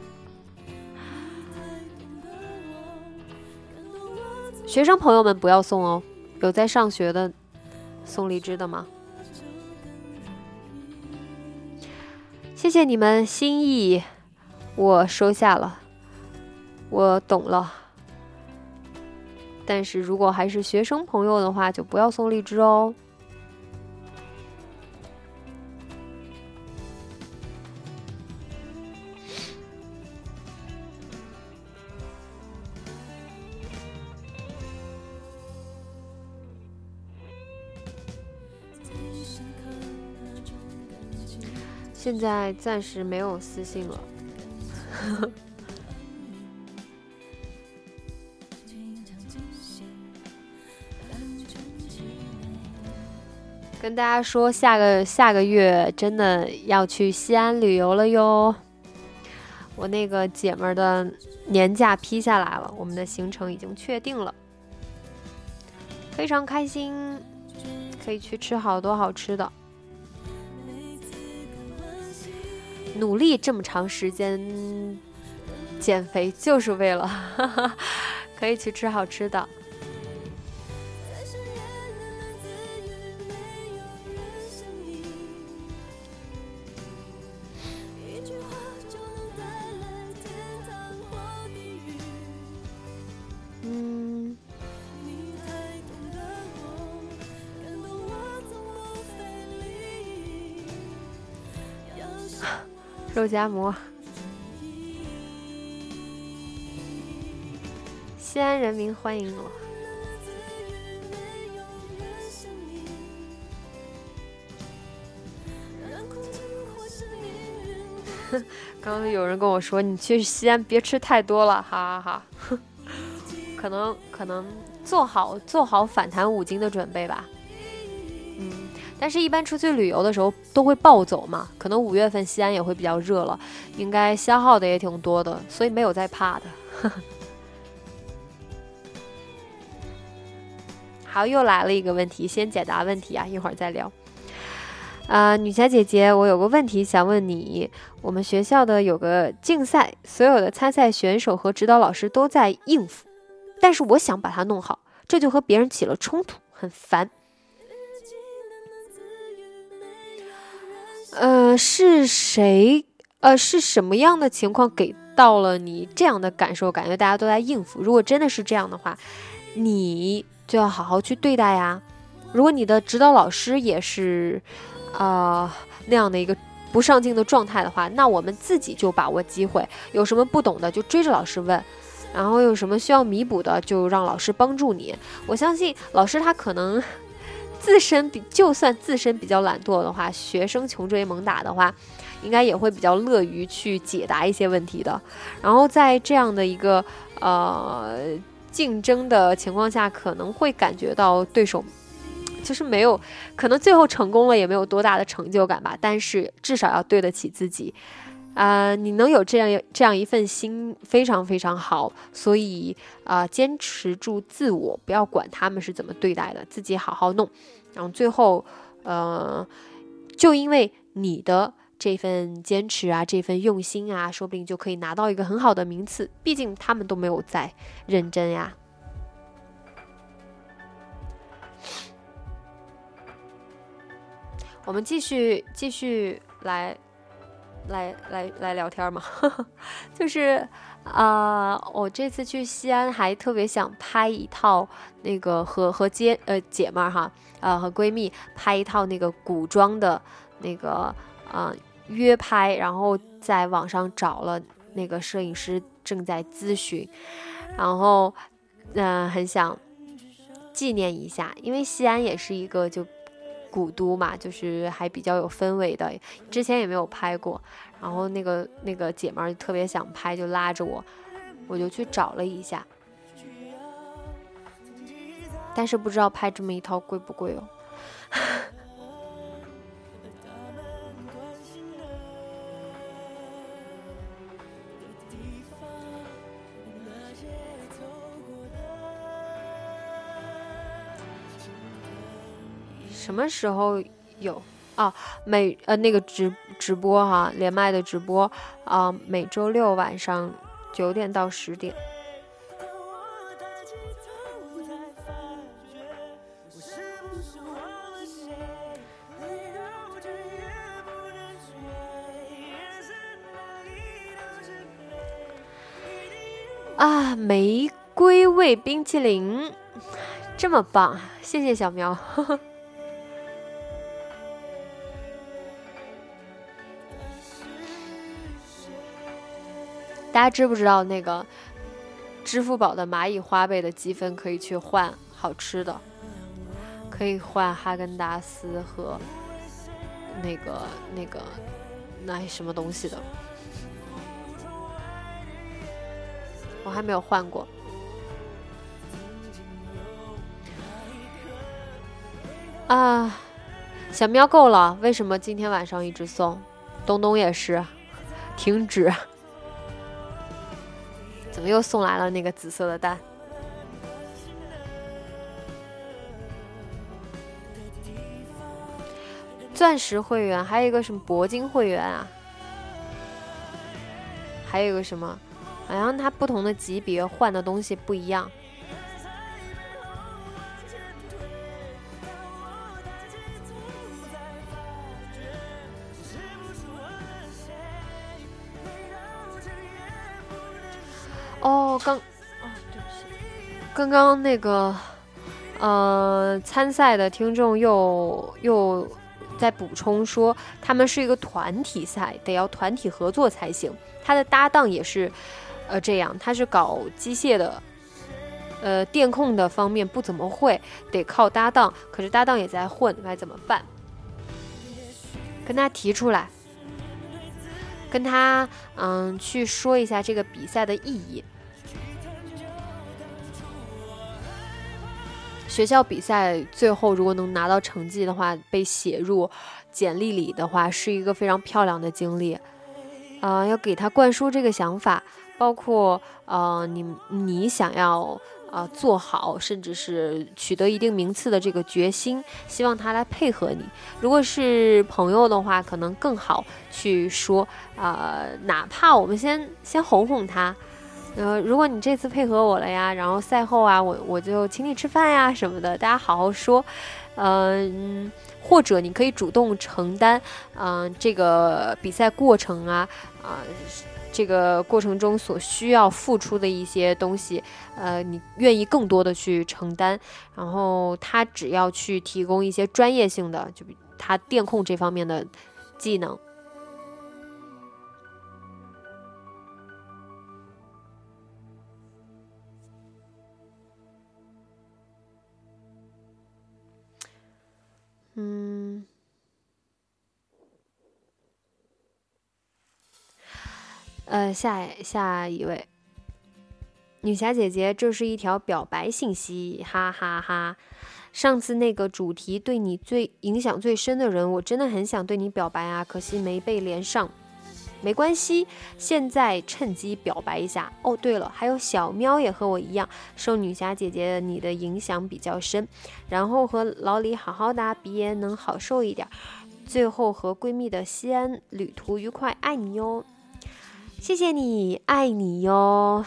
学生朋友们不要送哦，有在上学的送荔枝的吗？谢谢你们心意，我收下了，我懂了。但是如果还是学生朋友的话，就不要送荔枝哦。现在暂时没有私信了。跟大家说，下个月真的要去西安旅游了哟。我那个姐们儿的年假批下来了，我们的行程已经确定了，非常开心，可以去吃好多好吃的。努力这么长时间减肥就是为了可以去吃好吃的。肉夹馍，西安人民欢迎我。刚刚有人跟我说，你去西安别吃太多了，哈哈哈。可能做好反弹5斤的准备吧。但是一般出去旅游的时候都会暴走嘛，可能5月份西安也会比较热了，应该消耗的也挺多的，所以没有在怕的。好，又来了一个问题，先解答问题啊，一会儿再聊。女侠姐姐，我有个问题想问你，我们学校的有个竞赛，所有的参赛选手和指导老师都在应付，但是我想把它弄好，这就和别人起了冲突，很烦。是谁？是什么样的情况给到了你这样的感受？感觉大家都在应付。如果真的是这样的话，你就要好好去对待呀。如果你的指导老师也是那样的一个不上进的状态的话，那我们自己就把握机会，有什么不懂的就追着老师问，然后有什么需要弥补的就让老师帮助你。我相信老师他可能就算自身比较懒惰的话，学生穷追猛打的话，应该也会比较乐于去解答一些问题的。然后在这样的一个竞争的情况下，可能会感觉到对手就是没有，可能最后成功了也没有多大的成就感吧，但是至少要对得起自己。你能有这样一份心，非常非常好。所以坚持住自我，不要管他们是怎么对待的，自己好好弄。然后最后，就因为你的这份坚持啊，这份用心啊，说不定就可以拿到一个很好的名次。毕竟他们都没有在认真呀。我们继续来聊天嘛，就是我这次去西安还特别想拍一套那个和姐妹儿哈，和闺蜜拍一套那个古装的那个约拍，然后在网上找了那个摄影师，正在咨询，然后很想纪念一下，因为西安也是一个就古都嘛，就是还比较有氛围的，之前也没有拍过，然后那个姐妹特别想拍，就拉着我就去找了一下，但是不知道拍这么一套贵不贵哦。什么时候有那个直播哈，连麦的直播每周六晚上9点到10点。玫瑰味冰淇淋，这么棒，谢谢小喵。大家知不知道那个支付宝的蚂蚁花呗的积分可以去换好吃的，可以换哈根达斯和那什么东西的，我还没有换过。小喵够了，为什么今天晚上一直送？东东也是，停止。怎么又送来了那个紫色的蛋？钻石会员，还有一个什么铂金会员啊？还有一个什么？好像它不同的级别换的东西不一样。刚刚那个参赛的听众又在补充说，他们是一个团体赛，得要团体合作才行。他的搭档也是这样，他是搞机械的，电控的方面不怎么会，得靠搭档，可是搭档也在混，该怎么办？跟他提出来，跟他去说一下这个比赛的意义。学校比赛最后如果能拿到成绩的话，被写入简历里的话，是一个非常漂亮的经历。要给他灌输这个想法，包括你想要做好，甚至是取得一定名次的这个决心，希望他来配合你。如果是朋友的话，可能更好去说，哪怕我们先哄哄他。如果你这次配合我了呀，然后赛后啊，我就请你吃饭呀什么的，大家好好说。或者你可以主动承担，这个比赛过程这个过程中所需要付出的一些东西，你愿意更多的去承担，然后他只要去提供一些专业性的，就比他电控这方面的技能。下一位女侠姐姐，这是一条表白信息，哈哈哈。 上次那个主题对你最影响最深的人，我真的很想对你表白啊，可惜没被连上。没关系，现在趁机表白一下。哦，对了，还有小喵也和我一样，受女侠姐姐你的影响比较深，然后和老李好好的，鼻炎能好受一点。最后和闺蜜的西安旅途愉快，爱你哟。谢谢你，爱你哟。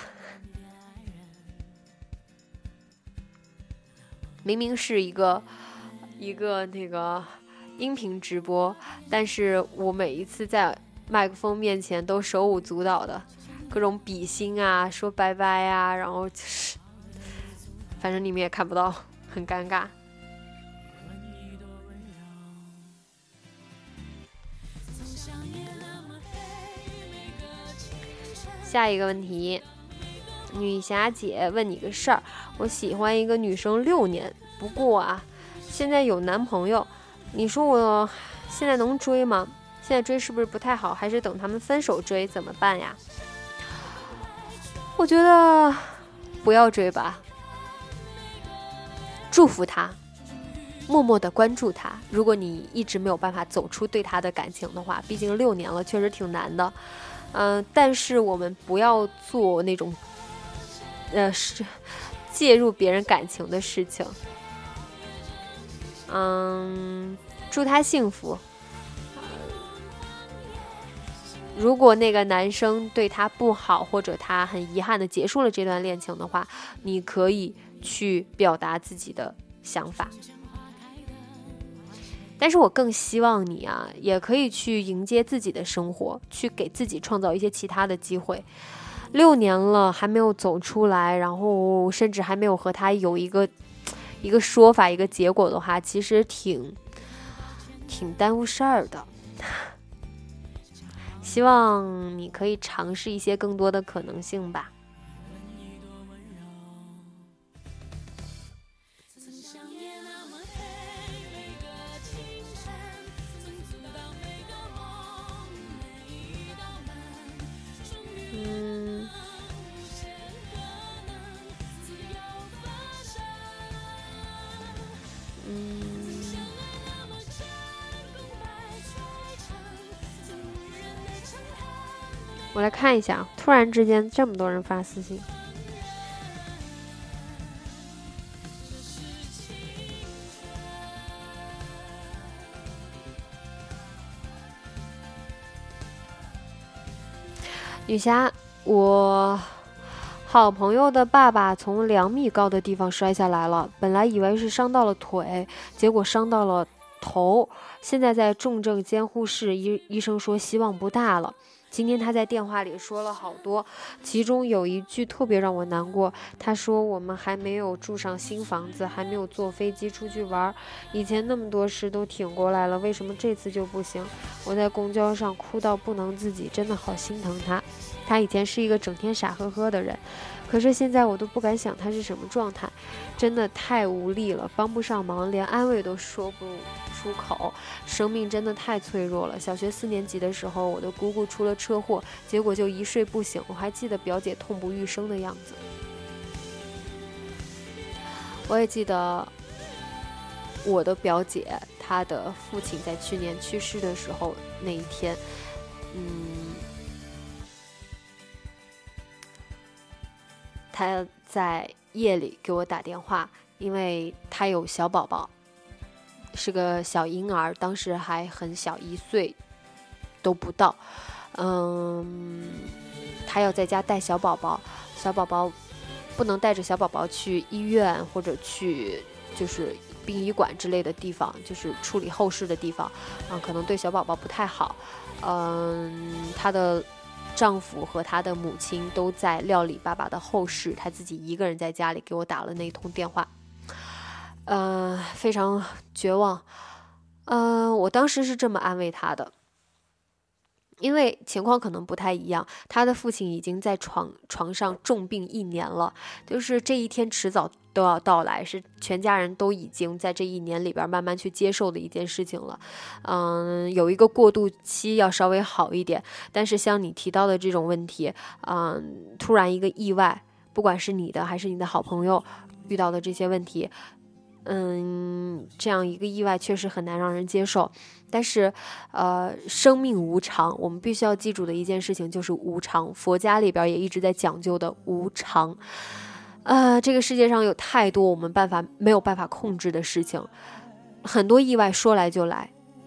明明是一个那个音频直播，但是我每一次在麦克风面前都手舞足蹈的，各种比心啊，说拜拜啊，然后就是反正你们也看不到，很尴尬。下一个问题，女侠姐问你个事儿，我喜欢一个女生6年，不过啊，现在有男朋友，你说我现在能追吗？现在追是不是不太好？还是等他们分手追？怎么办呀？我觉得不要追吧，祝福他，默默的关注他。如果你一直没有办法走出对他的感情的话，毕竟6年了，确实挺难的。但是我们不要做那种是介入别人感情的事情。祝他幸福。如果那个男生对他不好，或者他很遗憾的结束了这段恋情的话，你可以去表达自己的想法。但是我更希望你啊，也可以去迎接自己的生活，去给自己创造一些其他的机会。6年了还没有走出来，然后甚至还没有和他有一个说法，一个结果的话，其实挺耽误事儿的。希望你可以尝试一些更多的可能性吧。我来看一下，突然之间这么多人发私信。女侠，我好朋友的爸爸从2米高的地方摔下来了，本来以为是伤到了腿，结果伤到了头，现在在重症监护室，医生说希望不大了。今天他在电话里说了好多，其中有一句特别让我难过，他说我们还没有住上新房子，还没有坐飞机出去玩，以前那么多事都挺过来了，为什么这次就不行？我在公交上哭到不能自己，真的好心疼他。他以前是一个整天傻呵呵的人，可是现在我都不敢想他是什么状态，真的太无力了，帮不上忙，连安慰都说不出口，生命真的太脆弱了。小学4年级的时候，我的姑姑出了车祸，结果就一睡不醒，我还记得表姐痛不欲生的样子。我也记得我的表姐，她的父亲在去年去世的时候那一天，他在夜里给我打电话，因为他有小宝宝，是个小婴儿，当时还很小，1岁都不到。他要在家带小宝宝，小宝宝不能带着小宝宝去医院或者去就是殡仪馆之类的地方，就是处理后事的地方，可能对小宝宝不太好。他的丈夫和他的母亲都在料理爸爸的后事，他自己一个人在家里给我打了那一通电话，非常绝望。我当时是这么安慰他的，因为情况可能不太一样，他的父亲已经在床上重病1年了，就是这一天迟早都要到来，是全家人都已经在这1年里边慢慢去接受的一件事情了。有一个过渡期要稍微好一点，但是像你提到的这种问题，突然一个意外，不管是你的还是你的好朋友遇到的这些问题， 这样一个意外确实很难让人接受。但是生命无常，我们必须要记住的一件事情就是无常。佛家里边也一直在讲究的无常。这个世界上有太多我们没有办法控制的事情，很多意外说来就来。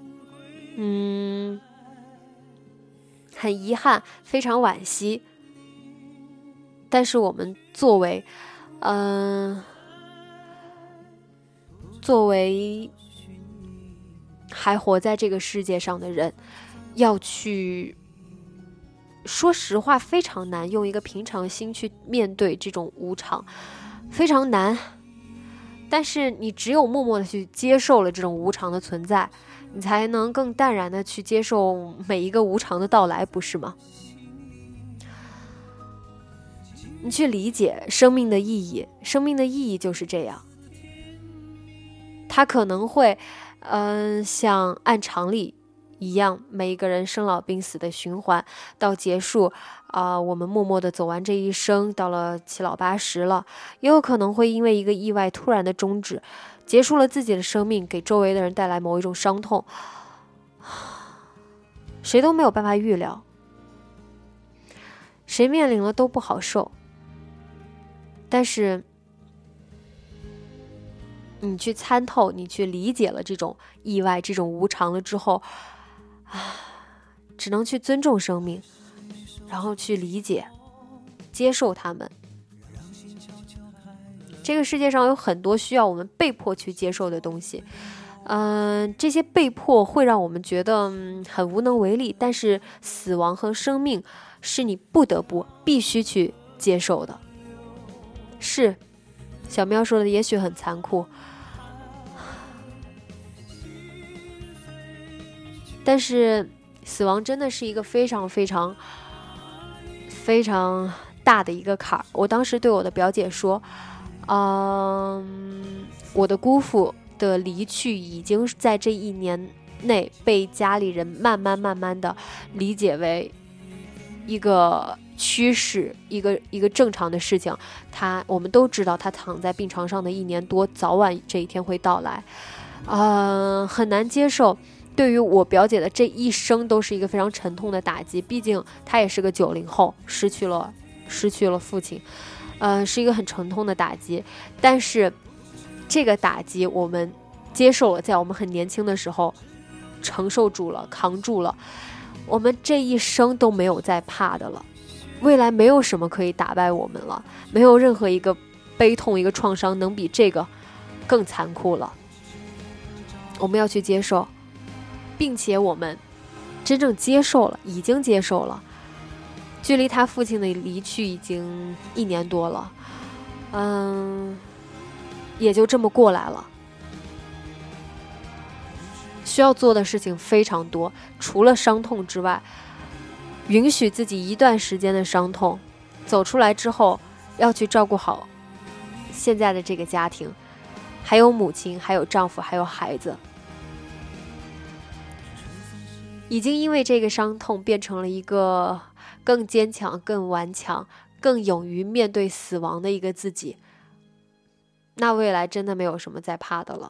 很遗憾，非常惋惜。但是我们作为还活在这个世界上的人，要去，说实话非常难，用一个平常心去面对这种无常，非常难。但是你只有默默的去接受了这种无常的存在，你才能更淡然的去接受每一个无常的到来，不是吗？你去理解生命的意义，生命的意义就是这样。它可能会像按常理一样，每一个人生老病死的循环到结束我们默默的走完这一生，到了七老八十了，也有可能会因为一个意外突然的终止，结束了自己的生命，给周围的人带来某一种伤痛，谁都没有办法预料，谁面临了都不好受。但是你去参透，你去理解了这种意外，这种无常了之后只能去尊重生命，然后去理解接受他们。这个世界上有很多需要我们被迫去接受的东西，这些被迫会让我们觉得很无能为力，但是死亡和生命是你不得不必须去接受的。是小喵说的也许很残酷，但是死亡真的是一个非常非常非常大的一个坎儿。我当时对我的表姐说，我的姑父的离去已经在这1年内被家里人慢慢的理解为一个趋势，一个正常的事情。我们都知道他躺在病床上的1年多，早晚这一天会到来。很难接受，对于我表姐的这一生都是一个非常沉痛的打击，毕竟她也是个90后，失去了父亲，是一个很沉痛的打击。但是这个打击我们接受了，在我们很年轻的时候承受住了，扛住了，我们这一生都没有再怕的了。未来没有什么可以打败我们了，没有任何一个悲痛，一个创伤能比这个更残酷了。我们要去接受，并且我们真正接受了，已经接受了。距离他父亲的离去已经1年多了，也就这么过来了。需要做的事情非常多，除了伤痛之外，允许自己一段时间的伤痛，走出来之后要去照顾好现在的这个家庭，还有母亲，还有丈夫，还有孩子。已经因为这个伤痛变成了一个更坚强、更顽强、更勇于面对死亡的一个自己，那未来真的没有什么再怕的了。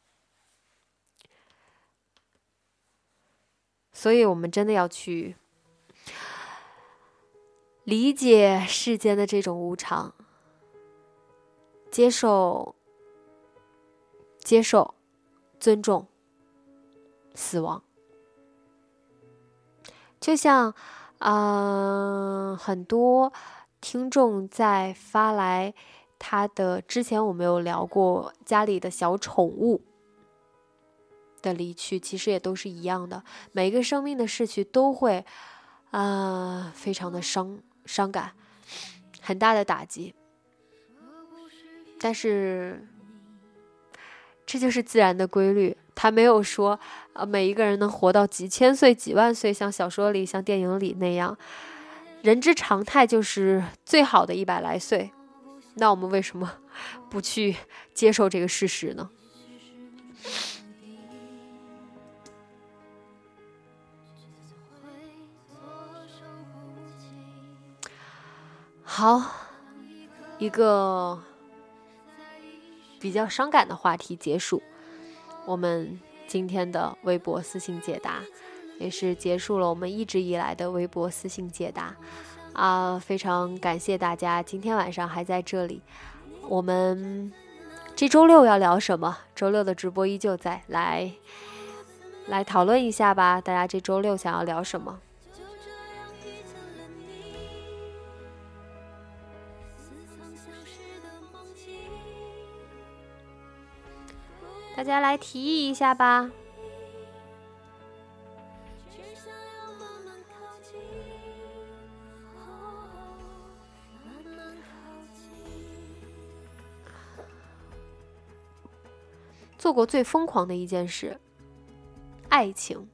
所以我们真的要去理解世间的这种无常，接受、尊重死亡。就像很多听众在发来他的，之前我们有聊过家里的小宠物的离去，其实也都是一样的。每一个生命的逝去都会非常的伤感，很大的打击。但是这就是自然的规律，他没有说每一个人能活到几千岁几万岁，像小说里像电影里那样，人之常态就是最好的100来岁。那我们为什么不去接受这个事实呢？好，一个比较伤感的话题结束我们今天的微博私信解答，也是结束了我们一直以来的微博私信解答非常感谢大家今天晚上还在这里。我们这周六要聊什么？周六的直播依旧在，来讨论一下吧，大家这周六想要聊什么？大家来提议一下吧。做过最疯狂的一件事，爱情。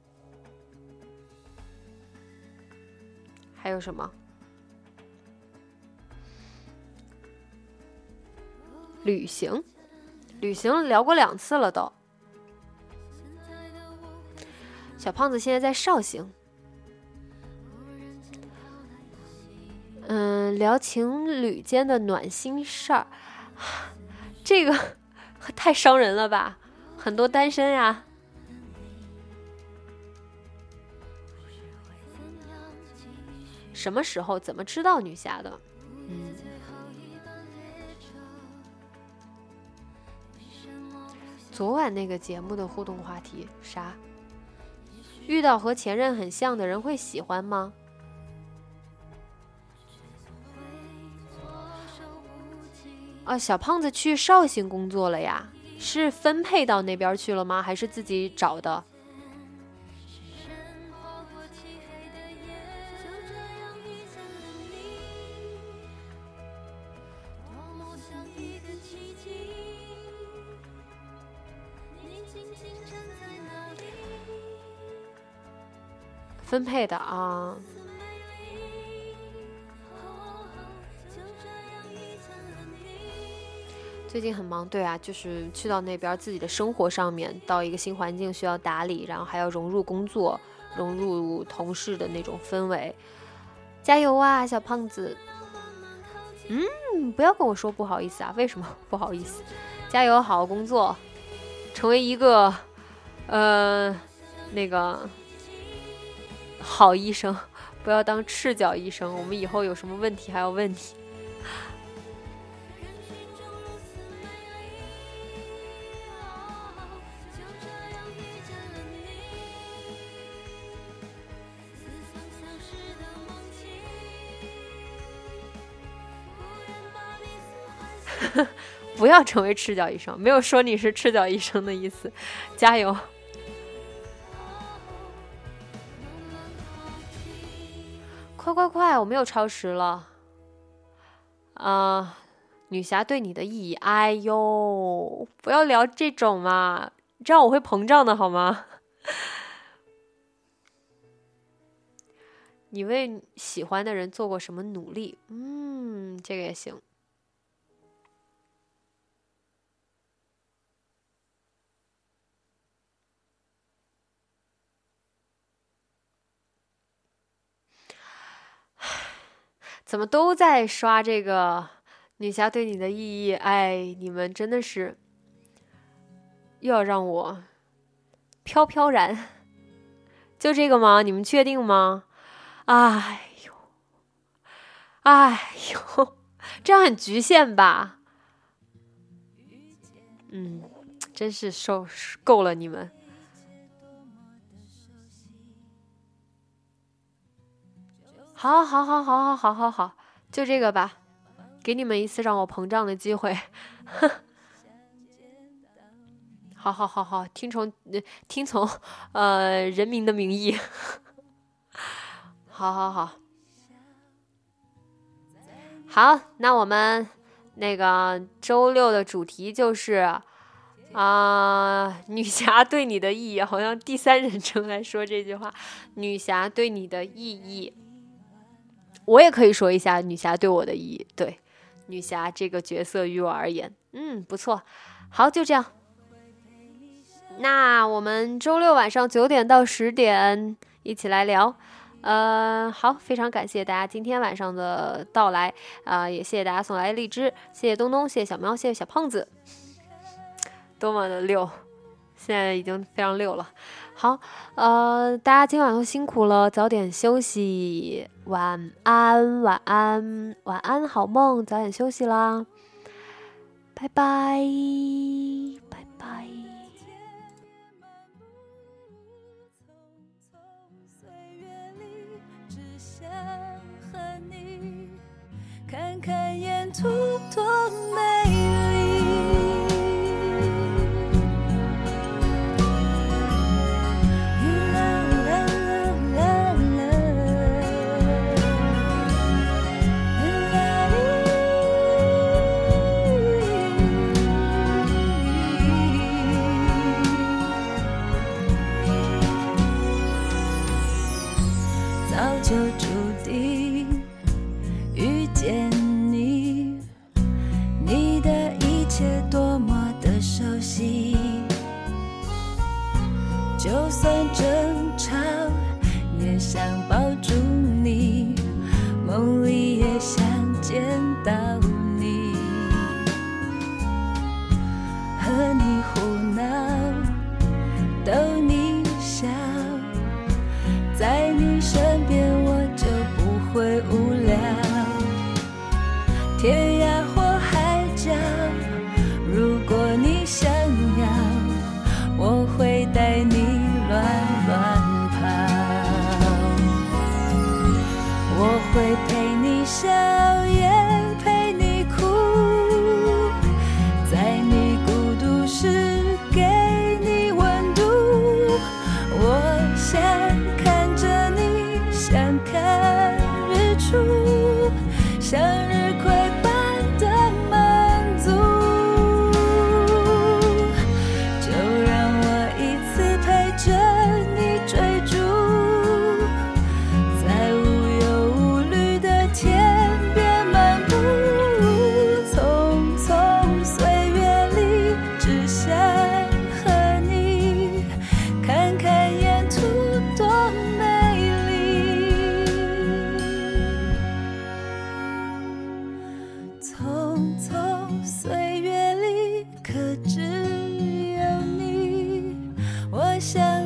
还有什么？旅行。旅行聊过2次了都。小胖子现在在绍兴。聊情侣间的暖心事儿，这个太伤人了吧，很多单身呀。什么时候怎么知道女侠的？昨晚那个节目的互动话题啥？遇到和前任很像的人会喜欢吗？小胖子去绍兴工作了呀，是分配到那边去了吗？还是自己找的？分配的啊。最近很忙，对啊，就是去到那边自己的生活上面，到一个新环境需要打理，然后还要融入工作，融入同事的那种氛围。加油啊，小胖子！不要跟我说不好意思啊，为什么不好意思？加油，好好工作，成为一个那个好医生，不要当赤脚医生。我们以后有什么问题还要问你。不要成为赤脚医生，没有说你是赤脚医生的意思，加油！快，我没有超时了。女侠对你的意义，哎呦，不要聊这种嘛，这样我会膨胀的好吗？你为喜欢的人做过什么努力？这个也行。怎么都在刷这个女侠对你的意义？哎，你们真的是又要让我飘飘然，就这个吗？你们确定吗？哎呦，这样很局限吧？真是够了你们。好，就这个吧，给你们一次让我膨胀的机会。好，听从人民的名义。好，那我们那个周六的主题就是女侠对你的意义，好像第三人称来说这句话，女侠对你的意义。我也可以说一下女侠对我的意义。对，女侠这个角色于我而言，不错。好，就这样。那我们周六晚上9点到10点一起来聊。好，非常感谢大家今天晚上的到来也谢谢大家送来荔枝，谢谢东东，谢谢小喵，谢谢小胖子。 多么的溜，现在已经非常溜了。好，大家今晚都辛苦了，早点休息，晚安，晚安，晚安，好梦，早点休息啦，拜拜，拜拜。 看看沿途多美丽。早就注定遇见你，你的一切多么的熟悉，就算争吵也想抱住你，梦里也想见到你，和你胡闹逗你笑，在你身边我就不会无聊，天涯或海角，如果你想要，我会带你乱乱跑，我会陪你笑，也陪你哭，在你孤独时给你温度，我想看着你，想看日出，向日葵般的满足，就让我一次陪着你追逐，在无忧无虑的天边漫步，匆匆岁月里只想和你看看沿途多美丽，匆匆岁月里可只有你，我想